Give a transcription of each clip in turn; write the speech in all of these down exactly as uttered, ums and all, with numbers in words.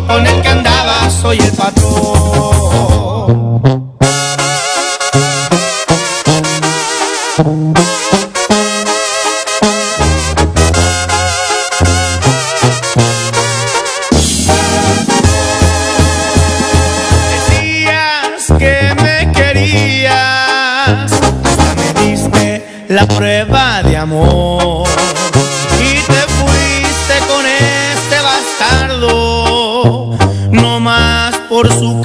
con el que andaba soy el patrón. Decías que me querías, hasta me diste la prueba de amor y te fuiste con este bastardo, no más por su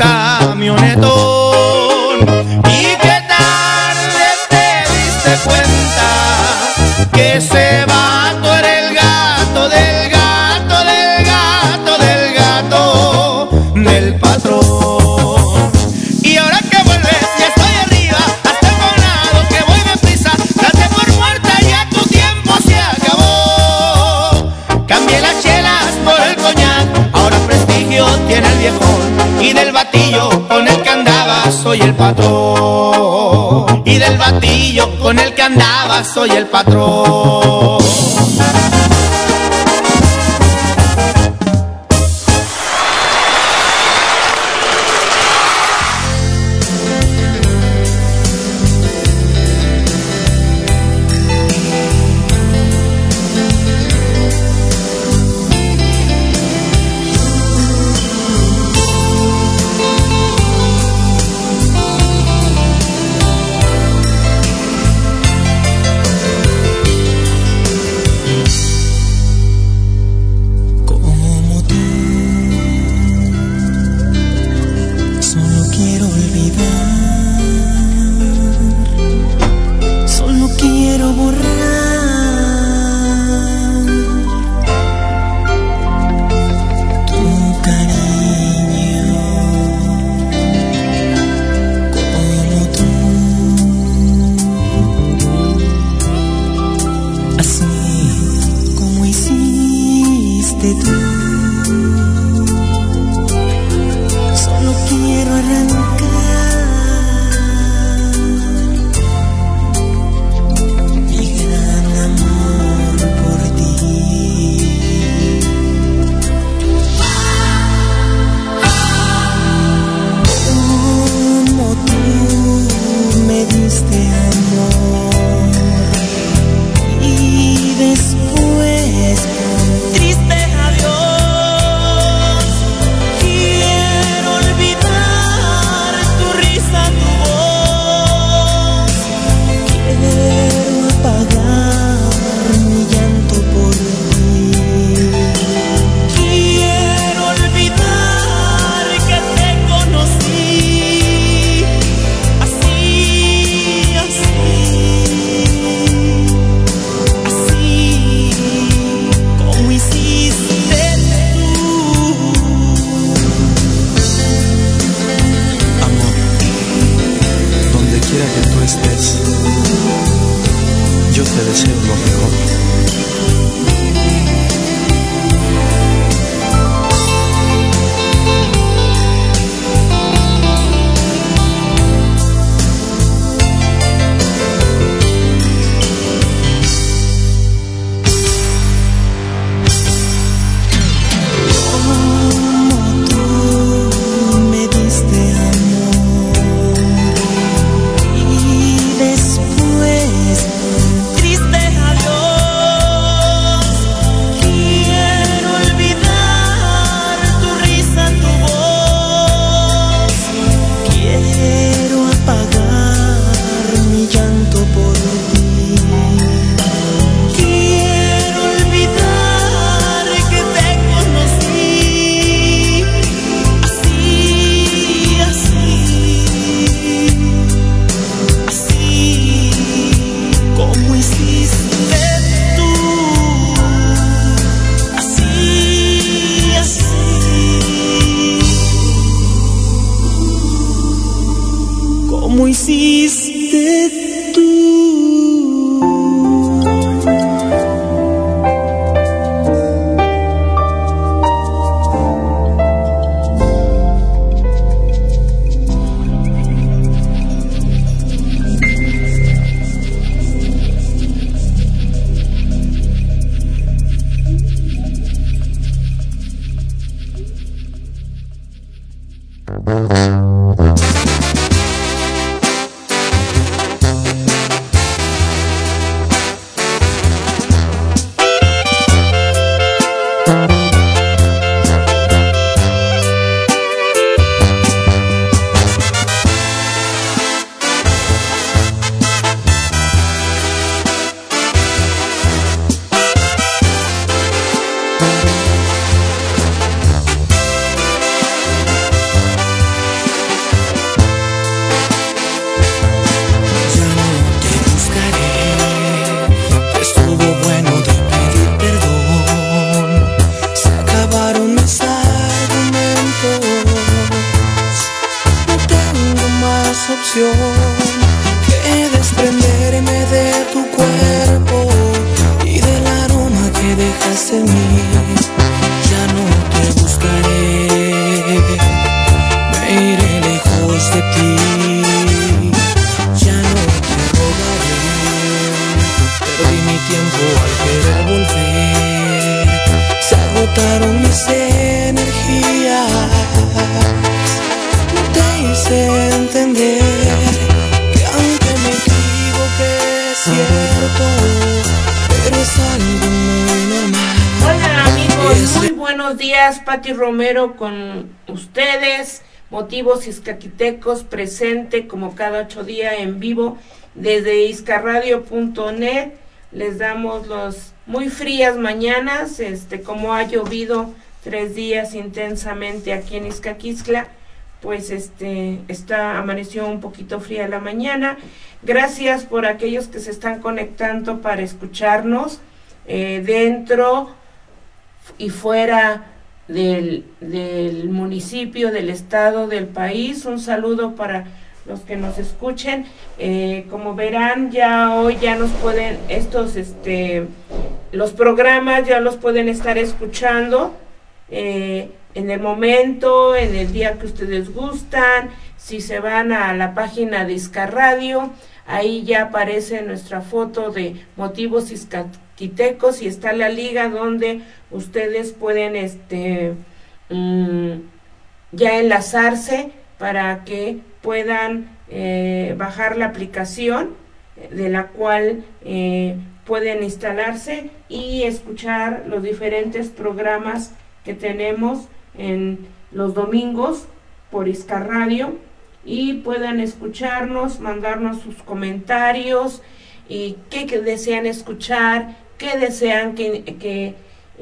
camionetón. Y que tarde te diste cuenta que ese vato era el gato del gato del gato del gato del patrón. Y ahora que vuelves ya estoy arriba, hasta enconado que voy deprisa, date por muerta, ya tu tiempo se acabó. Cambié las chelas por el coñac, ahora prestigio tiene el viejón, y del batillo con el que andaba soy el patrón. Y del batillo con el que andaba soy el patrón. Después, triste adiós. tiempo al querer volver se agotaron mis energías. No te hice entender que aunque me equivoqué es cierto, pero es algo muy normal. Hola amigos, muy buenos días. Pati Romero con ustedes. Motivos Izcaquitecos presente como cada ocho días en vivo desde izcarradio punto net. Les damos los muy frías mañanas, este como ha llovido tres días intensamente aquí en Izcaquixtla, pues este está amaneció un poquito fría la mañana. Gracias por aquellos que se están conectando para escucharnos eh, dentro y fuera del, del municipio, del estado, del país. Un saludo para los que nos escuchen. Eh, como verán, ya hoy ya nos pueden estos este los programas ya los pueden estar escuchando eh, en el momento, en el día que ustedes gustan. Si se van a la página de Izcarradio, ahí ya aparece nuestra foto de Motivos Izcaquitecos y está la liga donde ustedes pueden este mmm, ya enlazarse para que puedan eh, bajar la aplicación de la cual eh, pueden instalarse y escuchar los diferentes programas que tenemos en los domingos por Izcarradio, y puedan escucharnos, mandarnos sus comentarios y qué, qué desean escuchar, qué desean que, que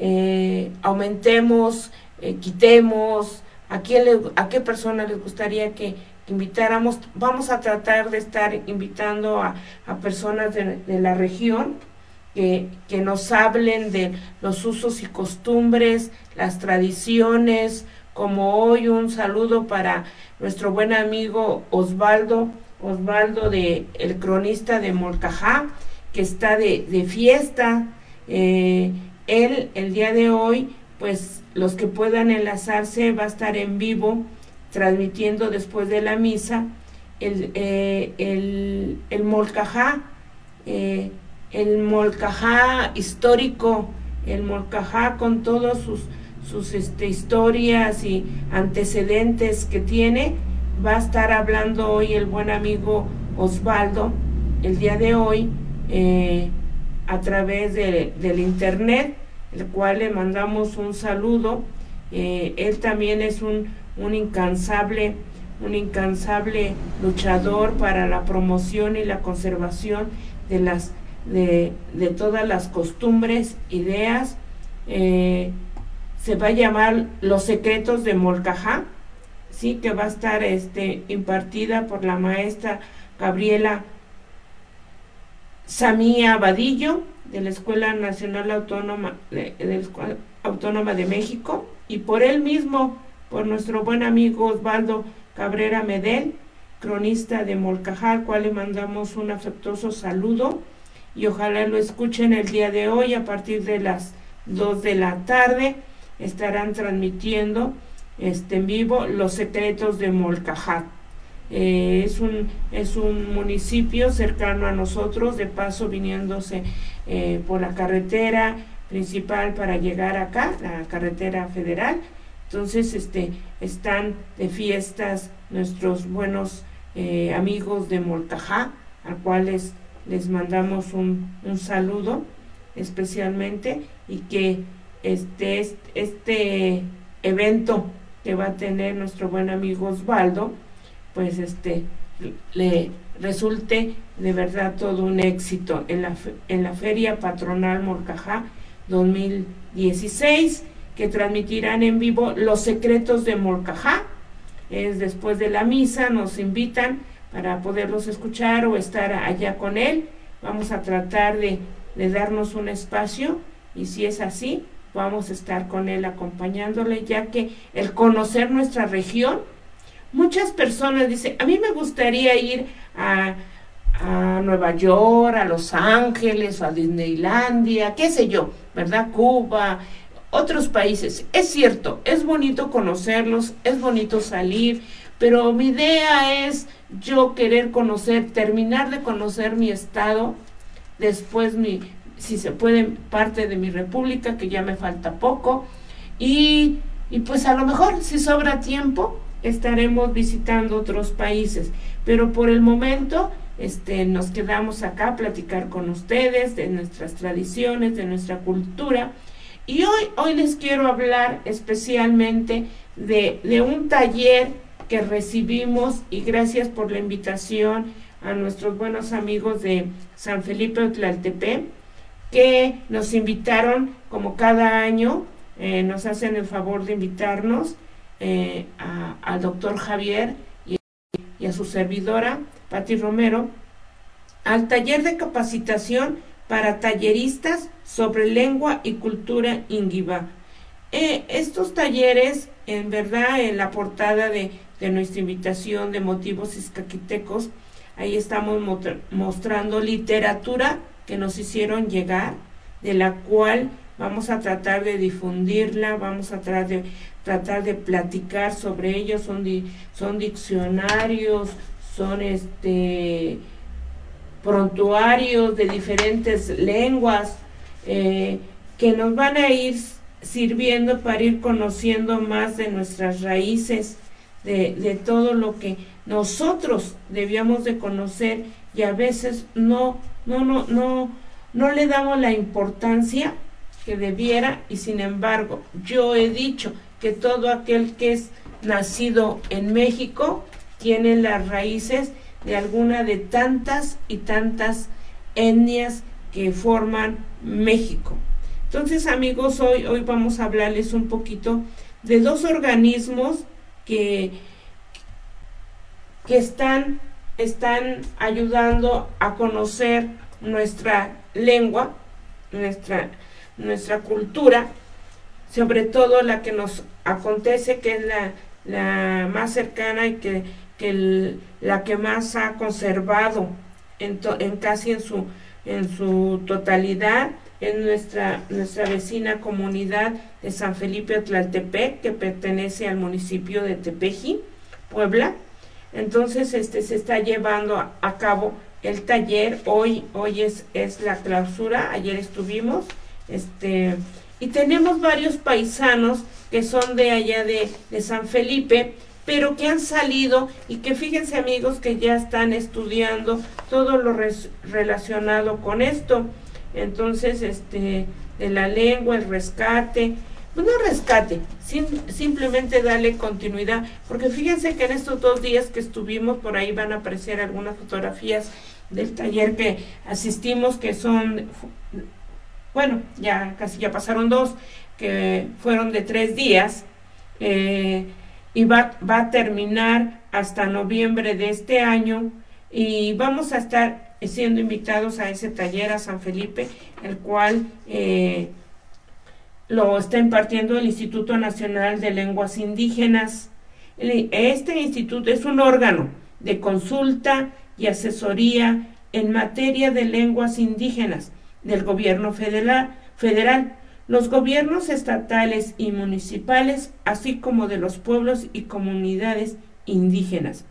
eh, aumentemos, eh, quitemos, a quién le, a qué persona les gustaría que, que invitáramos. Vamos a tratar de estar invitando a, a personas de, de la región que, que nos hablen de los usos y costumbres, las tradiciones. Como hoy, un saludo para nuestro buen amigo Osvaldo, Osvaldo de el cronista de Molcajá, que está de, de fiesta. Eh, él, el día de hoy, pues los que puedan enlazarse, va a estar en vivo, transmitiendo después de la misa, el, eh, el, el Molcajá, eh, el Molcajá histórico, el Molcajá con todos sus sus este, historias y antecedentes que tiene. Va a estar hablando hoy el buen amigo Osvaldo, el día de hoy, eh, a través de, del internet, el cual le mandamos un saludo. Eh, él también es un, un incansable, un incansable luchador para la promoción y la conservación de las, de, de todas las costumbres, ideas. eh, se va a llamar Los Secretos de Molcajá, sí, que va a estar este impartida por la maestra Gabriela Samía Vadillo de la Escuela Nacional Autónoma de, de, de, Autónoma de México, y por él mismo, por nuestro buen amigo Osvaldo Cabrera Medel, cronista de Molcajá, al cual le mandamos un afectuoso saludo y ojalá lo escuchen el día de hoy a partir de las dos de la tarde. Estarán transmitiendo este en vivo Los Secretos de Molcajá. Eh, es un es un municipio cercano a nosotros, de paso viniéndose eh, por la carretera principal para llegar acá, la carretera federal. Entonces este están de fiestas nuestros buenos eh, amigos de Molcajá, a cuales les mandamos un, un saludo especialmente, y que este, este evento que va a tener nuestro buen amigo Osvaldo, pues este le resulte de verdad todo un éxito en la, en la Feria Patronal Molcajá dos mil dieciséis, que transmitirán en vivo Los Secretos de Molcajá. Es después de la misa, nos invitan para poderlos escuchar o estar allá con él. Vamos a tratar de, de darnos un espacio, y si es así, vamos a estar con él acompañándole, ya que el conocer nuestra región, muchas personas dicen, a mí me gustaría ir a, a Nueva York, a Los Ángeles, a Disneylandia, qué sé yo, ¿verdad? Cuba, otros países. Es cierto, es bonito conocerlos, es bonito salir, pero mi idea es yo querer conocer, terminar de conocer mi estado, después mi si se puede, parte de mi república, que ya me falta poco, y, y pues a lo mejor, si sobra tiempo, estaremos visitando otros países, pero por el momento este, nos quedamos acá a platicar con ustedes de nuestras tradiciones, de nuestra cultura, y hoy, hoy les quiero hablar especialmente de, de un taller que recibimos, y gracias por la invitación a nuestros buenos amigos de San Felipe Tlaltepec, que nos invitaron como cada año, eh, nos hacen el favor de invitarnos eh, a, al doctor Javier y, y a su servidora, Pati Romero, al taller de capacitación para talleristas sobre lengua y cultura Inguibá. Eh, estos talleres, en verdad, en la portada de, de nuestra invitación de Motivos Izcaquitecos, ahí estamos mostrando literatura que nos hicieron llegar, de la cual vamos a tratar de difundirla, vamos a tratar de, tratar de platicar sobre ellos. Son, di, son diccionarios, son este prontuarios de diferentes lenguas eh, que nos van a ir sirviendo para ir conociendo más de nuestras raíces, de, de todo lo que nosotros debíamos de conocer, y a veces no, no, no, no, no le damos la importancia que debiera, y sin embargo, yo he dicho que todo aquel que es nacido en México tiene las raíces de alguna de tantas y tantas etnias que forman México. Entonces, amigos, hoy, hoy vamos a hablarles un poquito de dos organismos que, que están, están ayudando a conocer nuestra lengua, nuestra, nuestra cultura, sobre todo la que nos acontece, que es la, la más cercana y que, que el, la que más ha conservado en, to, en casi en su, en su totalidad, en nuestra, nuestra vecina comunidad de San Felipe Tlaltepec, que pertenece al municipio de Tepeji, Puebla. Entonces este se está llevando a, a cabo el taller. Hoy, hoy es, es la clausura, ayer estuvimos, este, y tenemos varios paisanos que son de allá de, de San Felipe, pero que han salido y que fíjense, amigos, que ya están estudiando todo lo res, relacionado con esto. Entonces, este, de la lengua, el rescate, pues no rescate, sim, simplemente darle continuidad, porque fíjense que en estos dos días que estuvimos, por ahí van a aparecer algunas fotografías del taller que asistimos, que son, bueno, ya casi ya pasaron dos, que fueron de tres días, eh, y va, va a terminar hasta noviembre de este año, y vamos a estar siendo invitados a ese taller a San Felipe, el cual eh, lo está impartiendo el Instituto Nacional de Lenguas Indígenas. Este instituto es un órgano de consulta y asesoría en materia de lenguas indígenas del gobierno federal, federal, los gobiernos estatales y municipales, así como de los pueblos y comunidades indígenas.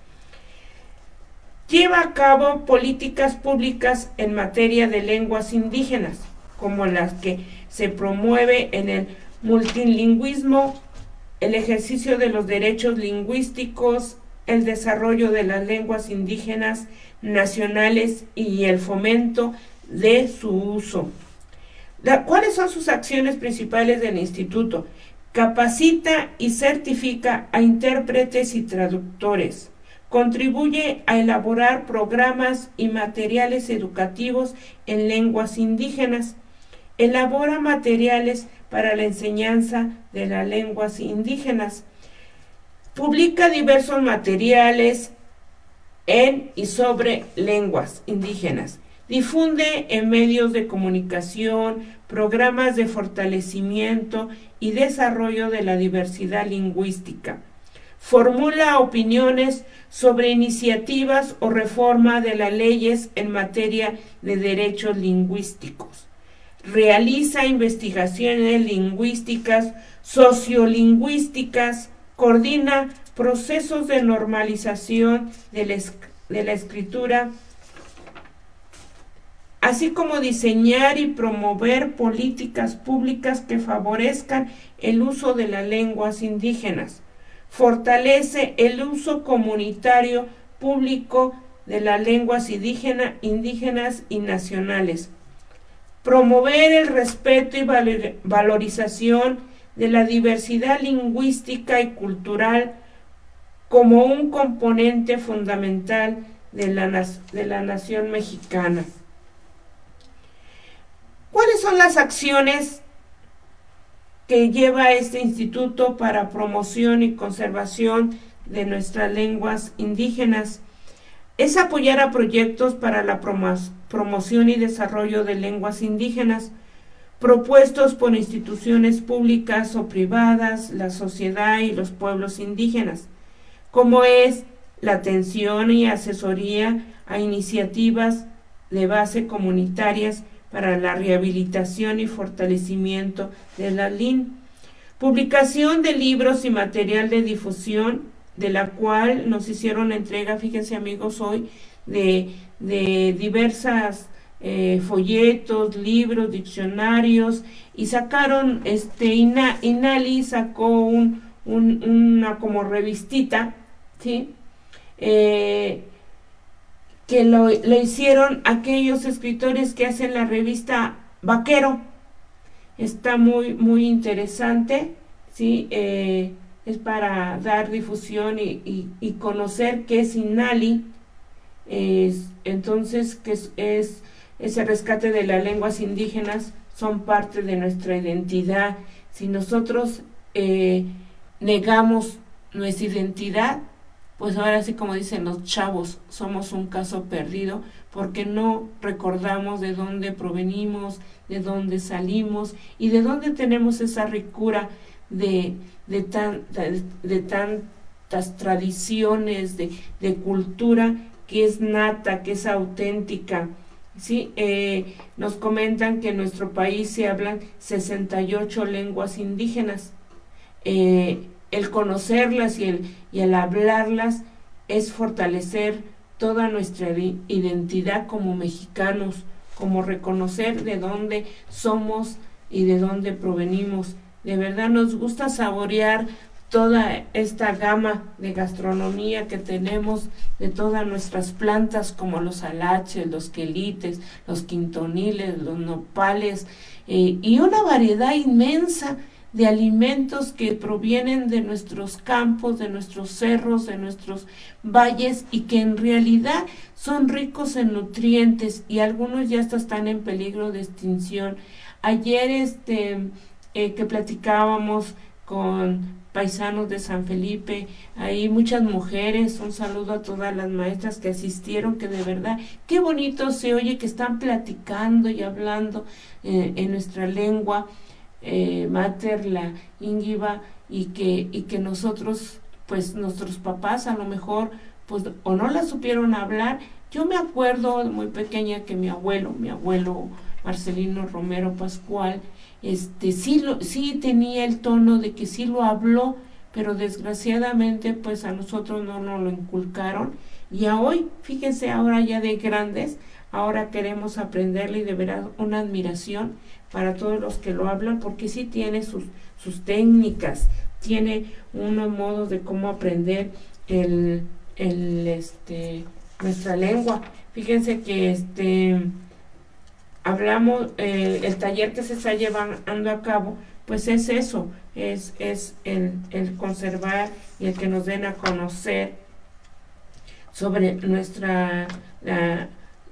Lleva a cabo políticas públicas en materia de lenguas indígenas, como las que se promueve en el multilingüismo, el ejercicio de los derechos lingüísticos, el desarrollo de las lenguas indígenas nacionales y el fomento de su uso. La, ¿Cuáles son sus acciones principales del instituto? Capacita y certifica a intérpretes y traductores. Contribuye a elaborar programas y materiales educativos en lenguas indígenas. Elabora materiales para la enseñanza de las lenguas indígenas. Publica diversos materiales en y sobre lenguas indígenas. Difunde en medios de comunicación programas de fortalecimiento y desarrollo de la diversidad lingüística. Formula opiniones sobre iniciativas o reforma de las leyes en materia de derechos lingüísticos. Realiza investigaciones lingüísticas, sociolingüísticas, coordina procesos de normalización de la, de la escritura, así como diseñar y promover políticas públicas que favorezcan el uso de las lenguas indígenas. Fortalece el uso comunitario público de las lenguas indígena, indígenas y nacionales. Promover el respeto y valorización de la diversidad lingüística y cultural como un componente fundamental de la, de la nación mexicana. ¿Cuáles son las acciones que lleva este instituto para promoción y conservación de nuestras lenguas indígenas? Es apoyar a proyectos para la promoción y desarrollo de lenguas indígenas, propuestos por instituciones públicas o privadas, la sociedad y los pueblos indígenas, como es la atención y asesoría a iniciativas de base comunitarias para la rehabilitación y fortalecimiento de la L I N. Publicación de libros y material de difusión, de la cual nos hicieron entrega, fíjense amigos, hoy, de, de diversas eh, folletos, libros, diccionarios, y sacaron, este, Ina, Inali sacó un, un, una como revistita, ¿sí? Eh, que lo, lo hicieron aquellos escritores que hacen la revista Vaquero. Está muy, muy interesante, ¿sí? Eh, es para dar difusión y, y, y conocer qué es Inali, es, entonces que es, es ese rescate de las lenguas indígenas, son parte de nuestra identidad. Si nosotros eh, negamos nuestra identidad, pues ahora sí, como dicen los chavos, somos un caso perdido, porque no recordamos de dónde provenimos, de dónde salimos y de dónde tenemos esa ricura de, de, tan, de, de tantas tradiciones, de, de cultura que es nata, que es auténtica. ¿Sí? Eh, nos comentan que en nuestro país se hablan sesenta y ocho lenguas indígenas. Eh, el conocerlas y el, y el hablarlas es fortalecer toda nuestra identidad como mexicanos, como reconocer de dónde somos y de dónde provenimos. De verdad nos gusta saborear toda esta gama de gastronomía que tenemos, de todas nuestras plantas como los alaches, los quelites, los quintoniles, los nopales, eh, y una variedad inmensa de alimentos que provienen de nuestros campos, de nuestros cerros, de nuestros valles, y que en realidad son ricos en nutrientes, y algunos ya hasta están en peligro de extinción. Ayer este eh, que platicábamos con paisanos de San Felipe, hay muchas mujeres, un saludo a todas las maestras que asistieron, que de verdad, qué bonito se oye que están platicando y hablando eh, en nuestra lengua eh, mater, la íngiba, y que, y que nosotros, pues nuestros papás a lo mejor, pues o no la supieron hablar. Yo me acuerdo muy pequeña que mi abuelo, mi abuelo Marcelino Romero Pascual, este sí lo, sí tenía el tono de que sí lo habló, pero desgraciadamente pues a nosotros no nos lo inculcaron, y a hoy, fíjense, ahora ya de grandes, ahora queremos aprenderle, y de verdad una admiración para todos los que lo hablan, porque sí tiene sus, sus técnicas, tiene unos modos de cómo aprender el, el este nuestra lengua. Fíjense que este hablamos, eh, el taller que se está llevando a cabo, pues es eso, es, es el, el conservar y el que nos den a conocer sobre nuestra la,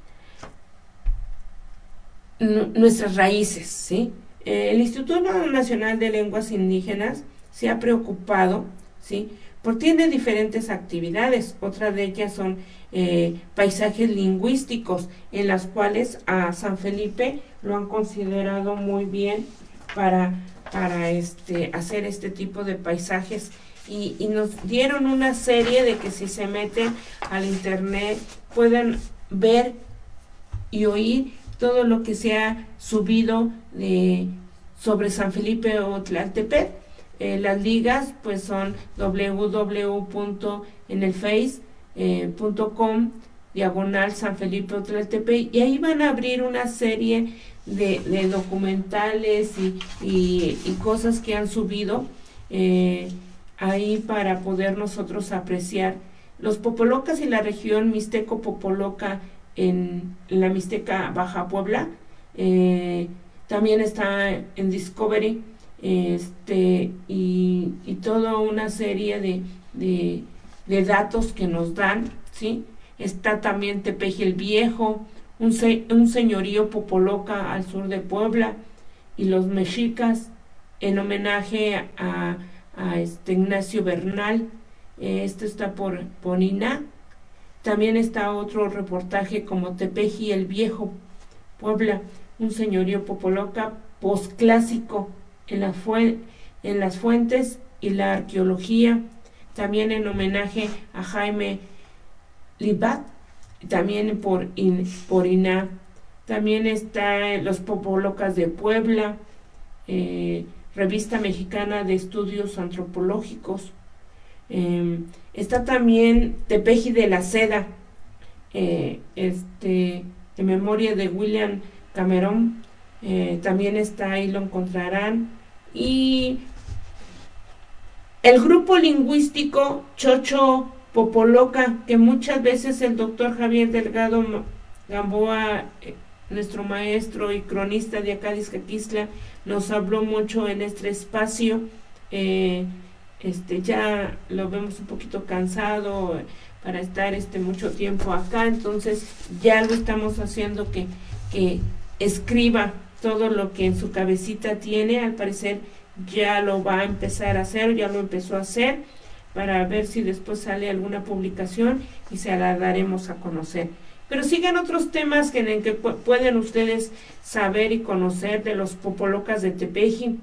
nuestras raíces, ¿sí? Eh, el Instituto Nacional de Lenguas Indígenas se ha preocupado, ¿sí?, porque tiene diferentes actividades. Otra de ellas son eh, paisajes lingüísticos, en las cuales a San Felipe lo han considerado muy bien para, para este, hacer este tipo de paisajes, y, y nos dieron una serie de que si se meten al internet pueden ver y oír todo lo que se ha subido de, sobre San Felipe o Tlaltepec. Eh, las ligas pues son w w w punto en el face punto com diagonal San Felipe Otlaltepec, y ahí van a abrir una serie de, de documentales y, y, y cosas que han subido eh, ahí para poder nosotros apreciar los popolocas y la región Mixteco-Popoloca en, en la Mixteca Baja Puebla. Eh, también está en Discovery, este y, y toda una serie de, de, de datos que nos dan, ¿sí? Está también Tepeji el Viejo, un, se, un señorío popoloca al sur de Puebla, y los mexicas, en homenaje a, a este Ignacio Bernal. Esto está por, por Iná. También está otro reportaje como Tepeji el Viejo, Puebla, un señorío popoloca posclásico en, la fue, en las fuentes y la arqueología, también en homenaje a Jaime Libat, también por, in, por Iná. También está Los Popolocas de Puebla, eh, Revista Mexicana de Estudios Antropológicos. Eh, está también Tepeji de la Seda, eh, este, de memoria de William Cameron. Eh, también está, ahí lo encontrarán. Y el grupo lingüístico Chocho Popoloca, que muchas veces el doctor Javier Delgado Gamboa, eh, nuestro maestro y cronista de acá de Izcaquistla, nos habló mucho en este espacio. eh, este ya lo vemos un poquito cansado eh, para estar este mucho tiempo acá, entonces ya lo estamos haciendo que, que escriba todo lo que en su cabecita tiene. Al parecer ya lo va a empezar a hacer, ya lo empezó a hacer, para ver si después sale alguna publicación y se la daremos a conocer. Pero sigan otros temas que en el que pu pueden ustedes saber y conocer de los popolocas de Tepeji,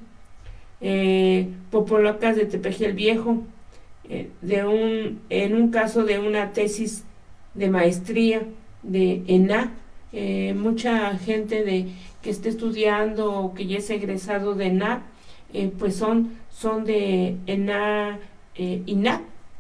eh, popolocas de Tepeji el Viejo, eh, de un, en un caso de una tesis de maestría de ENA. Eh, mucha gente de que esté estudiando o que ya es egresado de ENA, eh, pues son, son de ENA, eh, INA,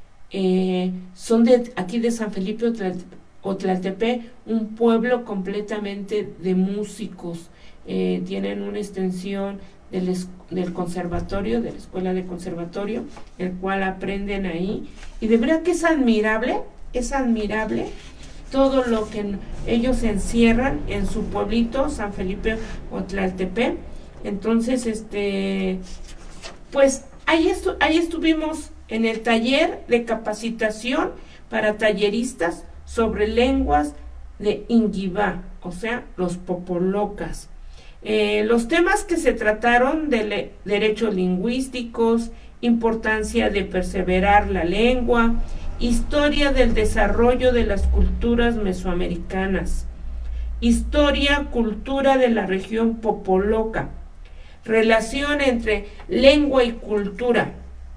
eh, son de aquí de San Felipe Otlaltepec, un pueblo completamente de músicos. Eh, tienen una extensión del, del conservatorio, de la escuela de conservatorio, el cual aprenden ahí, y de verdad que es admirable, es admirable todo lo que ellos encierran en su pueblito, San Felipe Otlaltepec. Entonces, este, pues ahí, estu ahí estuvimos en el taller de capacitación para talleristas sobre lenguas de Inguibá, o sea, los popolocas. Eh, los temas que se trataron de derechos lingüísticos, importancia de perseverar la lengua, historia del desarrollo de las culturas mesoamericanas, historia, cultura de la región popoloca, relación entre lengua y cultura,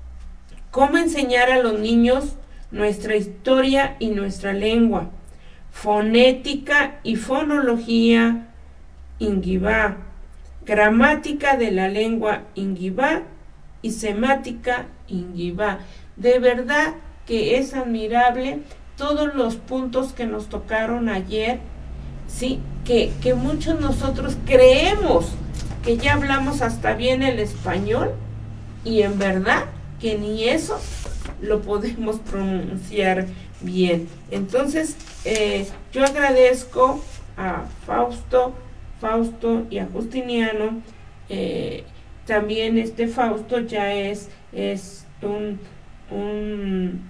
cómo enseñar a los niños nuestra historia y nuestra lengua, fonética y fonología Inguibá, gramática de la lengua Inguibá y semática Inguibá. De verdad que es admirable todos los puntos que nos tocaron ayer, sí, que, que muchos nosotros creemos que ya hablamos hasta bien el español, y en verdad que ni eso lo podemos pronunciar bien. Entonces, eh, yo agradezco a Fausto, Fausto y a Justiniano. Eh, también este Fausto ya es, es un, un,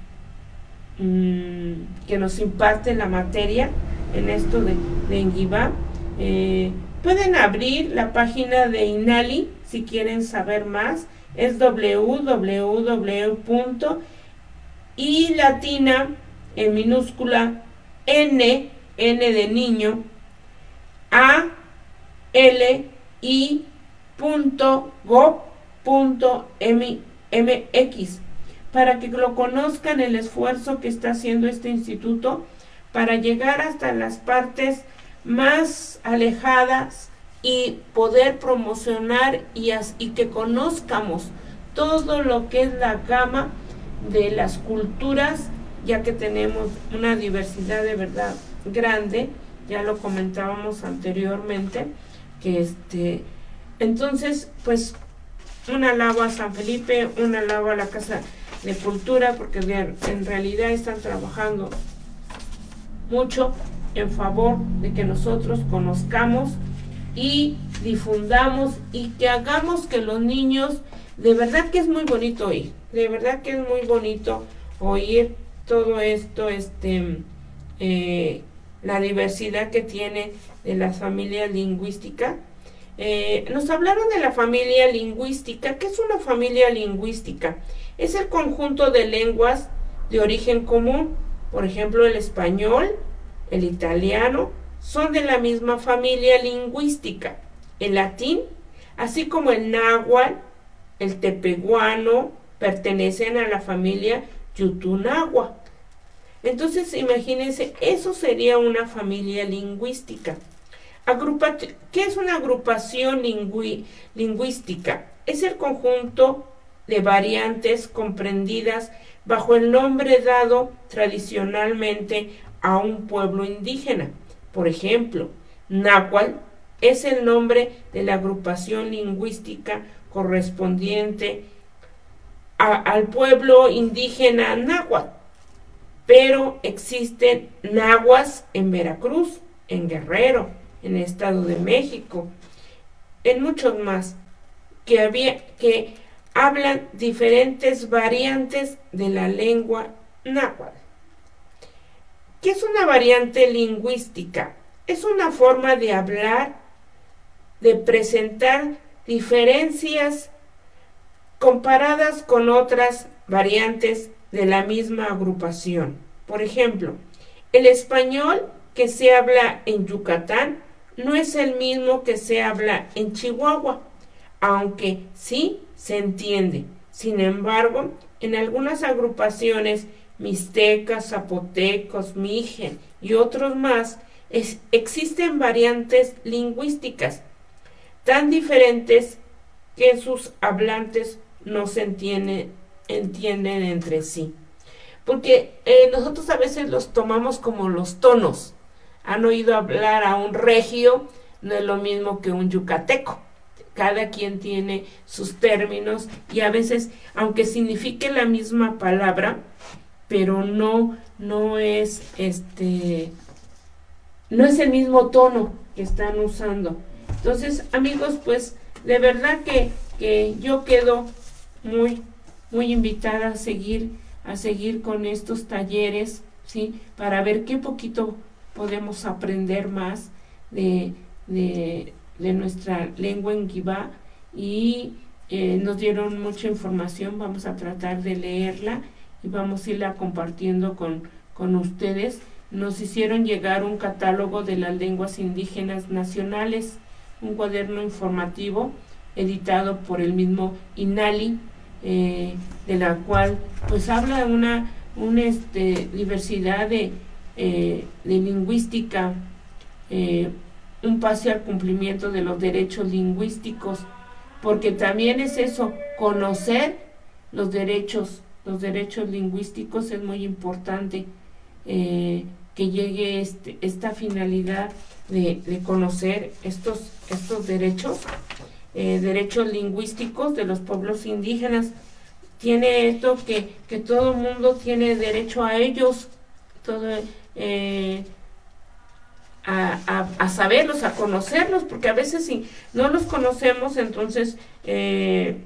un que nos imparte la materia en esto de, de Inguibá. Eh, pueden abrir la página de INALI si quieren saber más. Es w w w punto i latina en minúscula n, n de niño, a l i punto gob punto m x, para que lo conozcan, el esfuerzo que está haciendo este instituto para llegar hasta las partes más alejadas y poder promocionar y, as, y que conozcamos todo lo que es la gama de las culturas, ya que tenemos una diversidad de verdad grande, ya lo comentábamos anteriormente, que este, entonces, pues, un alabo a San Felipe, un alabo a la Casa de Cultura, porque en realidad están trabajando mucho en favor de que nosotros conozcamos y difundamos y que hagamos que los niños, de verdad que es muy bonito oír, de verdad que es muy bonito oír todo esto, este, eh, la diversidad que tiene de la familia lingüística. Eh, nos hablaron de la familia lingüística. ¿Qué es una familia lingüística? Es el conjunto de lenguas de origen común. Por ejemplo, el español, el italiano, son de la misma familia lingüística. El latín, así como el náhuatl, el tepehuano, pertenecen a la familia yutunagua. Entonces, imagínense, eso sería una familia lingüística. Agrupa ¿Qué es una agrupación lingüi lingüística? Es el conjunto de variantes comprendidas bajo el nombre dado tradicionalmente a un pueblo indígena. Por ejemplo, náhuatl es el nombre de la agrupación lingüística correspondiente a, al pueblo indígena náhuatl, pero existen nahuas en Veracruz, en Guerrero, en el Estado de México, en muchos más, que, había, que hablan diferentes variantes de la lengua náhuatl. ¿Qué es una variante lingüística? Es una forma de hablar, de presentar diferencias comparadas con otras variantes de la misma agrupación. Por ejemplo, el español que se habla en Yucatán no es el mismo que se habla en Chihuahua, aunque sí se entiende. Sin embargo, en algunas agrupaciones mixtecas, zapotecos, mijen y otros más, es, existen variantes lingüísticas tan diferentes que sus hablantes no se entienden, entienden entre sí. Porque eh, nosotros a veces los tomamos como los tonos. Han oído hablar a un regio, no es lo mismo que un yucateco. Cada quien tiene sus términos y a veces, aunque signifique la misma palabra, pero no, no es este, no es el mismo tono que están usando. Entonces, amigos, pues de verdad que, que yo quedo muy, muy invitada a seguir, a seguir con estos talleres, ¿sí? Para ver qué poquito podemos aprender más de, de, de nuestra lengua Nguibá, y eh, nos dieron mucha información. Vamos a tratar de leerla y vamos a irla compartiendo con, con ustedes. Nos hicieron llegar un catálogo de las lenguas indígenas nacionales, un cuaderno informativo editado por el mismo INALI, eh, de la cual pues habla de una, una este, diversidad de, eh, de lingüística, eh, un pase al cumplimiento de los derechos lingüísticos, porque también es eso, conocer los derechos, los derechos lingüísticos. Es muy importante eh, que llegue este, esta finalidad de, de conocer estos, estos derechos, eh, derechos lingüísticos de los pueblos indígenas. Tiene esto que, que todo el mundo tiene derecho a ellos, todo, eh, a, a, a saberlos, a conocerlos, porque a veces si no los conocemos, entonces eh,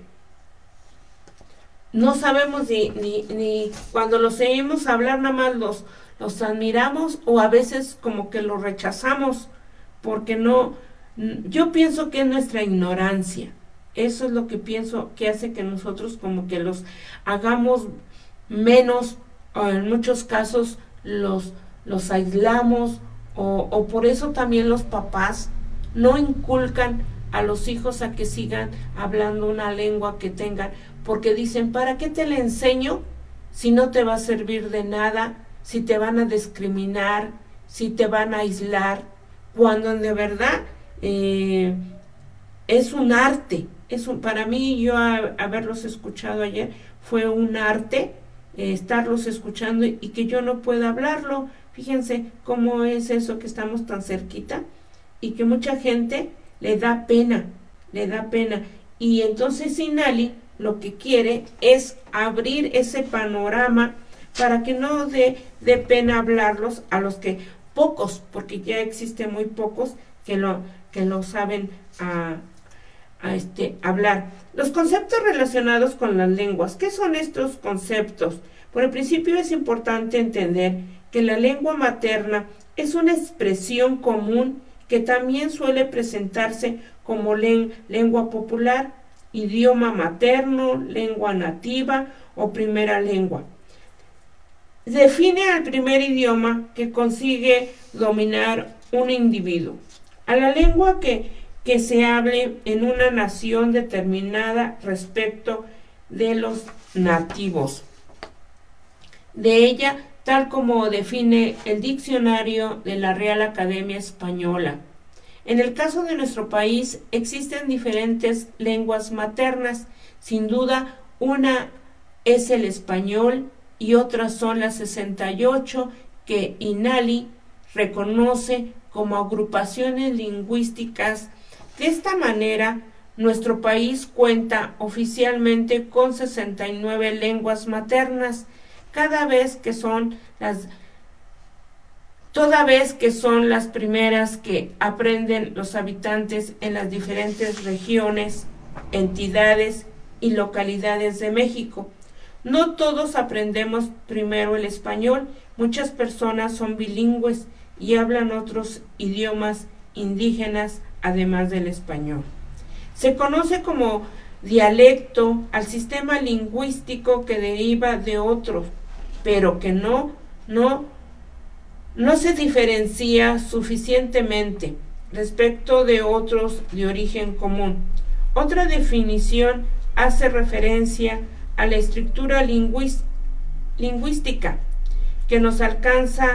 no sabemos ni, ni, ni cuando los oímos hablar, nada más los, los admiramos, o a veces como que los rechazamos, porque no, yo pienso que es nuestra ignorancia. Eso es lo que pienso que hace que nosotros como que los hagamos menos, o en muchos casos los, los aislamos, o, o por eso también los papás no inculcan a los hijos a que sigan hablando una lengua que tengan, porque dicen, ¿para qué te la enseño si no te va a servir de nada, si te van a discriminar, si te van a aislar? Cuando de verdad eh, es un arte. Es un, para mí, yo a, haberlos escuchado ayer, fue un arte eh, estarlos escuchando y, y que yo no pueda hablarlo, Fíjense cómo es eso que estamos tan cerquita y que mucha gente le da pena, le da pena. Y entonces INALI lo que quiere es abrir ese panorama para que no dé de pena hablarlos a los que pocos, porque ya existen muy pocos que lo, que lo saben a, a este, hablar. Los conceptos relacionados con las lenguas. ¿Qué son estos conceptos? Por el principio es importante entender que la lengua materna es una expresión común que también suele presentarse como len- lengua popular, idioma materno, lengua nativa o primera lengua. Define al primer idioma que consigue dominar un individuo, a la lengua que, que se hable en una nación determinada respecto de los nativos de ella, tal como define el diccionario de la Real Academia Española. En el caso de nuestro país existen diferentes lenguas maternas, sin duda una es el español y otras son las sesenta y ocho que INALI reconoce como agrupaciones lingüísticas. De esta manera, nuestro país cuenta oficialmente con sesenta y nueve lenguas maternas, cada vez que son las toda vez que son las primeras que aprenden los habitantes en las diferentes regiones, entidades y localidades de México. No todos aprendemos primero el español, muchas personas son bilingües y hablan otros idiomas indígenas además del español. Se conoce como dialecto al sistema lingüístico que deriva de otros, pero que no, no, no se diferencia suficientemente respecto de otros de origen común. Otra definición hace referencia a la estructura lingüis- lingüística que nos alcanza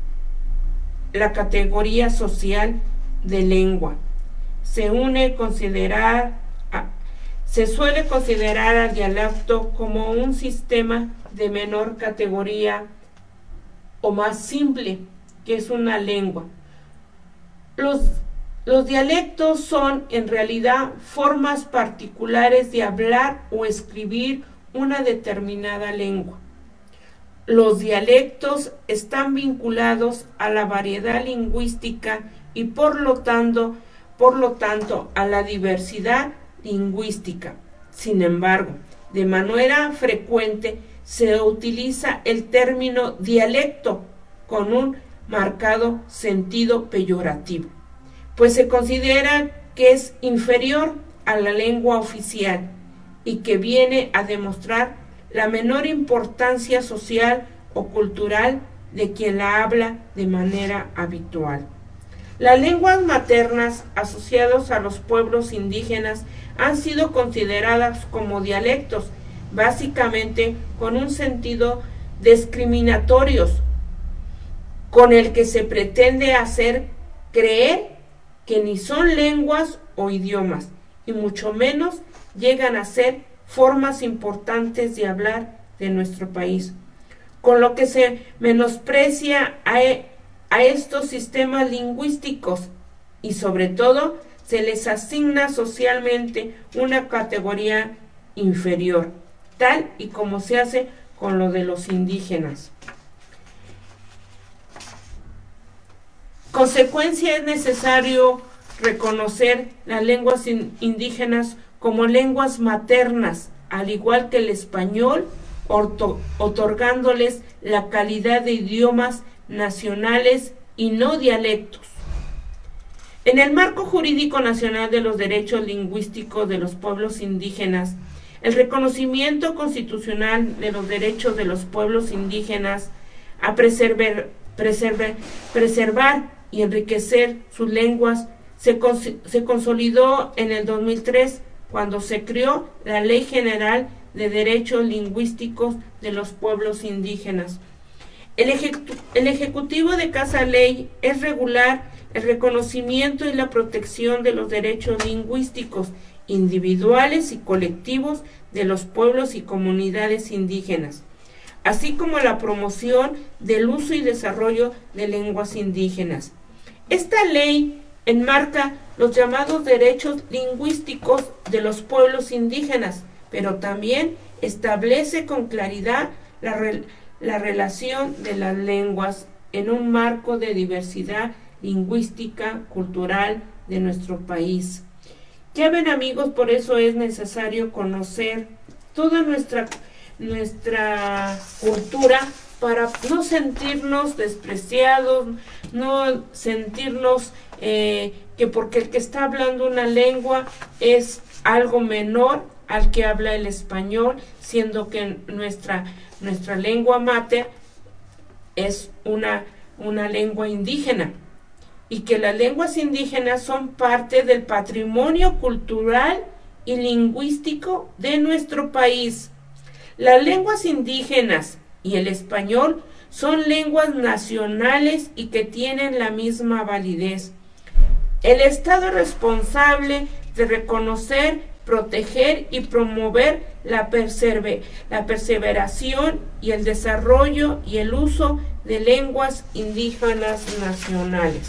la categoría social de lengua. Se une considerar a, se suele considerar al dialecto como un sistema de menor categoría o más simple, que es una lengua. Los, los dialectos son en realidad formas particulares de hablar o escribir una determinada lengua. Los dialectos están vinculados a la variedad lingüística y por lo tanto, por lo tanto a la diversidad lingüística. Sin embargo, de manera frecuente se utiliza el término dialecto con un marcado sentido peyorativo, pues se considera que es inferior a la lengua oficial y que viene a demostrar la menor importancia social o cultural de quien la habla de manera habitual. Las lenguas maternas asociadas a los pueblos indígenas han sido consideradas como dialectos, básicamente con un sentido discriminatorio, con el que se pretende hacer creer que ni son lenguas o idiomas, y mucho menos llegan a ser formas importantes de hablar de nuestro país, con lo que se menosprecia a, a estos sistemas lingüísticos y sobre todo se les asigna socialmente una categoría inferior, tal y como se hace con lo de los indígenas. Consecuencia, es necesario reconocer las lenguas indígenas como lenguas maternas, al igual que el español, otorgándoles la calidad de idiomas nacionales y no dialectos. En el marco jurídico nacional de los derechos lingüísticos de los pueblos indígenas, el reconocimiento constitucional de los derechos de los pueblos indígenas a preservar, preservar, preservar y enriquecer sus lenguas se, cons- se consolidó en el dos mil tres, cuando se creó la Ley General de Derechos Lingüísticos de los Pueblos Indígenas. El, ejecu- el Ejecutivo de Casa Ley es regular el reconocimiento y la protección de los derechos lingüísticos individuales y colectivos de los pueblos y comunidades indígenas. así como la promoción del uso y desarrollo de lenguas indígenas. Esta ley enmarca los llamados derechos lingüísticos de los pueblos indígenas, pero también establece con claridad la, re, la relación de las lenguas en un marco de diversidad lingüística, cultural de nuestro país. Ya ven, amigos, por eso es necesario conocer toda nuestra, nuestra cultura para no sentirnos despreciados, no sentirnos eh, que porque el que está hablando una lengua es algo menor al que habla el español, siendo que nuestra, nuestra lengua mater es una, una lengua indígena, y que las lenguas indígenas son parte del patrimonio cultural y lingüístico de nuestro país. Las lenguas indígenas y el español son lenguas nacionales y que tienen la misma validez. El Estado es responsable de reconocer, proteger y promover la, persever la perseveración y el desarrollo y el uso de lenguas indígenas nacionales.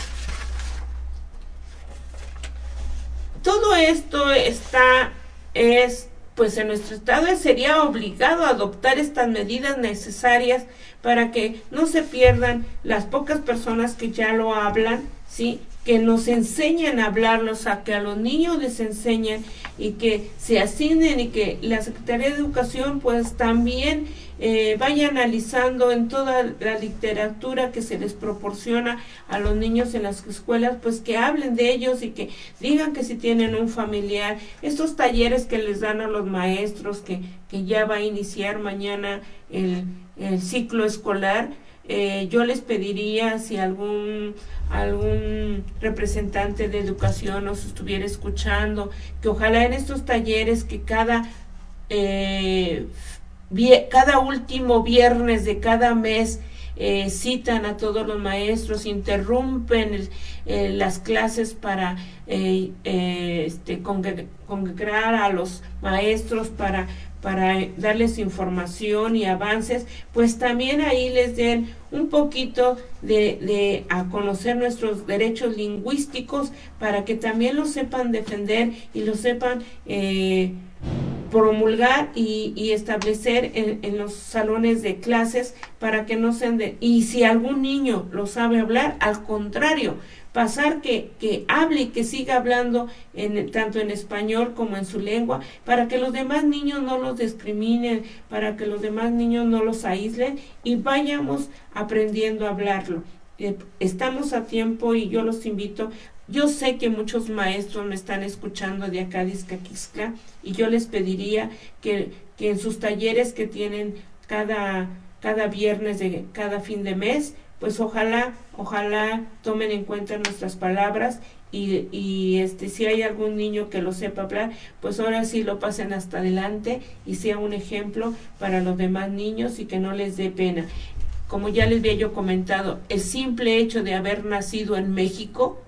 Todo esto está, es, pues en nuestro estado sería obligado a adoptar estas medidas necesarias para que no se pierdan las pocas personas que ya lo hablan, ¿sí? Que nos enseñen a hablarlos, a que a los niños les enseñen y que se asignen y que la Secretaría de Educación pues también eh, vaya analizando en toda la literatura que se les proporciona a los niños en las escuelas, pues que hablen de ellos y que digan que si tienen un familiar, estos talleres que les dan a los maestros, que, que ya va a iniciar mañana el, el ciclo escolar. Eh, yo les pediría si algún algún representante de educación nos estuviera escuchando, que ojalá en estos talleres que cada eh, cada último viernes de cada mes eh, citan a todos los maestros, interrumpen el, eh, las clases para eh, eh, este, congregar a los maestros para para darles información y avances, pues también ahí les den un poquito de, de a conocer nuestros derechos lingüísticos para que también los sepan defender y los sepan eh, promulgar y, y establecer en, en los salones de clases para que no sean de... Y si algún niño lo sabe hablar, al contrario, pasar que, que hable y que siga hablando en, tanto en español como en su lengua, para que los demás niños no los discriminen, para que los demás niños no los aíslen y vayamos aprendiendo a hablarlo. Eh, estamos a tiempo y yo los invito. Yo sé que muchos maestros me están escuchando de acá de Izcaquixtla y yo les pediría que, que en sus talleres que tienen cada, cada viernes de cada fin de mes, pues ojalá, ojalá tomen en cuenta nuestras palabras y, y este si hay algún niño que lo sepa hablar, pues ahora sí lo pasen hasta adelante y sea un ejemplo para los demás niños y que no les dé pena. Como ya les había yo comentado, el simple hecho de haber nacido en México,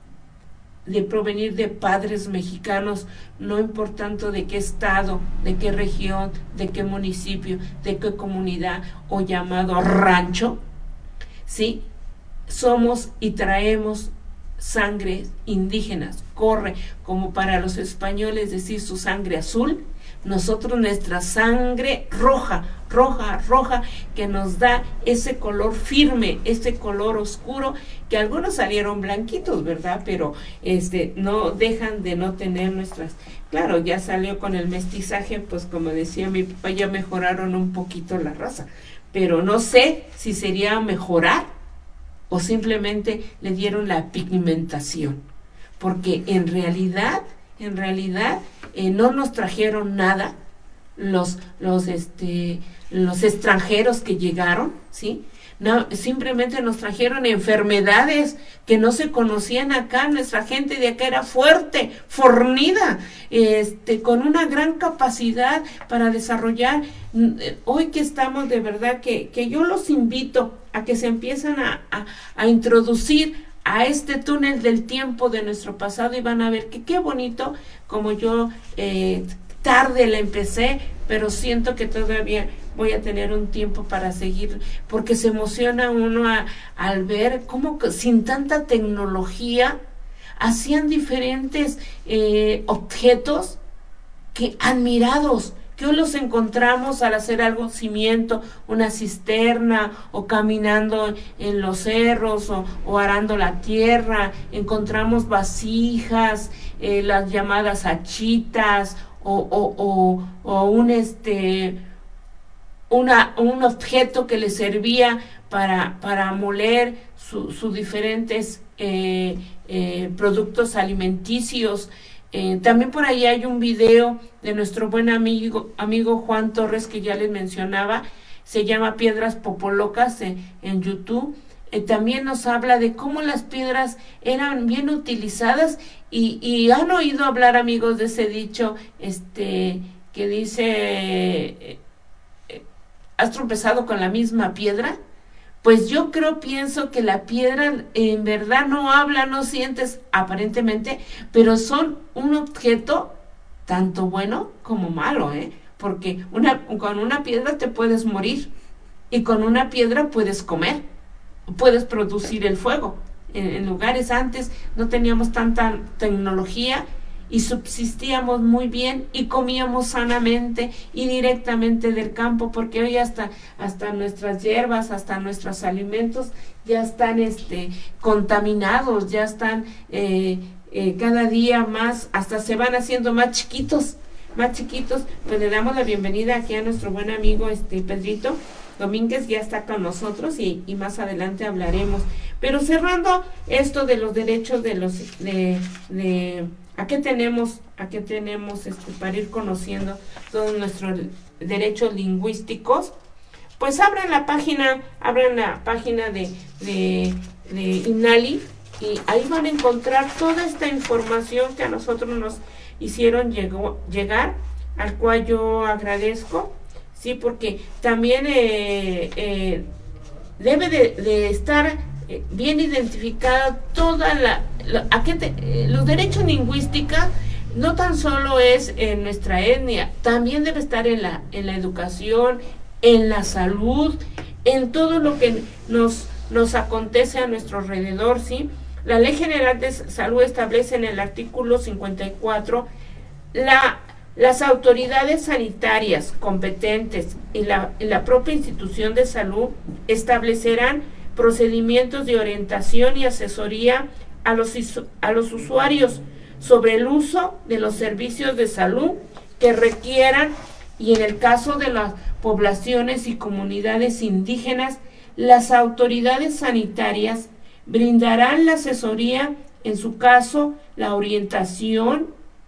de provenir de padres mexicanos, no importando de qué estado, de qué región, de qué municipio, de qué comunidad o llamado rancho, ¿sí? Somos y traemos sangre indígenas, corre como para los españoles decir su sangre azul, nosotros nuestra sangre roja, roja, roja, que nos da ese color firme, ese color oscuro, que algunos salieron blanquitos, ¿verdad? Pero este no dejan de no tener nuestras... Claro, ya salió con el mestizaje, pues como decía mi papá, ya mejoraron un poquito la raza, pero no sé si sería mejorar o simplemente le dieron la pigmentación, porque en realidad, en realidad eh, no nos trajeron nada los los este los extranjeros que llegaron, ¿sí? No, simplemente nos trajeron enfermedades que no se conocían acá. Nuestra gente de acá era fuerte, fornida, este, con una gran capacidad para desarrollar. Hoy que estamos de verdad que, que yo los invito a que se empiezan a, a, a introducir a este túnel del tiempo de nuestro pasado y van a ver que qué bonito, como yo eh, tarde la empecé, pero siento que todavía voy a tener un tiempo para seguir, porque se emociona uno a, al ver cómo sin tanta tecnología hacían diferentes eh, objetos que admirados, que hoy los encontramos al hacer algún cimiento, una cisterna, o caminando en los cerros, o, o arando la tierra. Encontramos vasijas, eh, las llamadas hachitas, o, o, o, o un este una, un objeto que le servía para, para moler sus su diferentes eh, eh, productos alimenticios. Eh, también por ahí hay un video de nuestro buen amigo, amigo Juan Torres, que ya les mencionaba, se llama Piedras Popolocas en, en YouTube. Eh, también nos habla de cómo las piedras eran bien utilizadas, y, y han oído hablar, amigos, de ese dicho este que dice, eh, eh, ¿has tropezado con la misma piedra? Pues yo creo, pienso que la piedra en verdad no habla, no sientes aparentemente, pero son un objeto tanto bueno como malo, ¿eh? Porque una, con una piedra te puedes morir, y con una piedra puedes comer, puedes producir el fuego. En, en lugares antes no teníamos tanta tecnología y subsistíamos muy bien y comíamos sanamente y directamente del campo, porque hoy hasta hasta nuestras hierbas, hasta nuestros alimentos ya están este contaminados, ya están eh, eh, cada día más, hasta se van haciendo más chiquitos, más chiquitos. Pues le damos la bienvenida aquí a nuestro buen amigo este Pedrito Domínguez, ya está con nosotros, y, y más adelante hablaremos. Pero cerrando esto de los derechos de los de, de ¿a qué tenemos, a qué tenemos este, para ir conociendo todos nuestros derechos lingüísticos? Pues abran la página, abran la página de, de, de INALI, y ahí van a encontrar toda esta información que a nosotros nos hicieron llegó, llegar, al cual yo agradezco, sí, porque también eh, eh, debe de, de estar bien identificada toda la, la a qué te, eh, los derechos lingüísticos. No tan solo es en nuestra etnia, también debe estar en la en la educación, en la salud, en todo lo que nos nos acontece a nuestro alrededor, ¿sí? La Ley General de Salud establece en el artículo cincuenta y cuatro la las autoridades sanitarias competentes y la, y la propia institución de salud establecerán procedimientos de orientación y asesoría a los, a los usuarios sobre el uso de los servicios de salud que requieran, y en el caso de las poblaciones y comunidades indígenas, las autoridades sanitarias brindarán la asesoría, en su caso, la orientación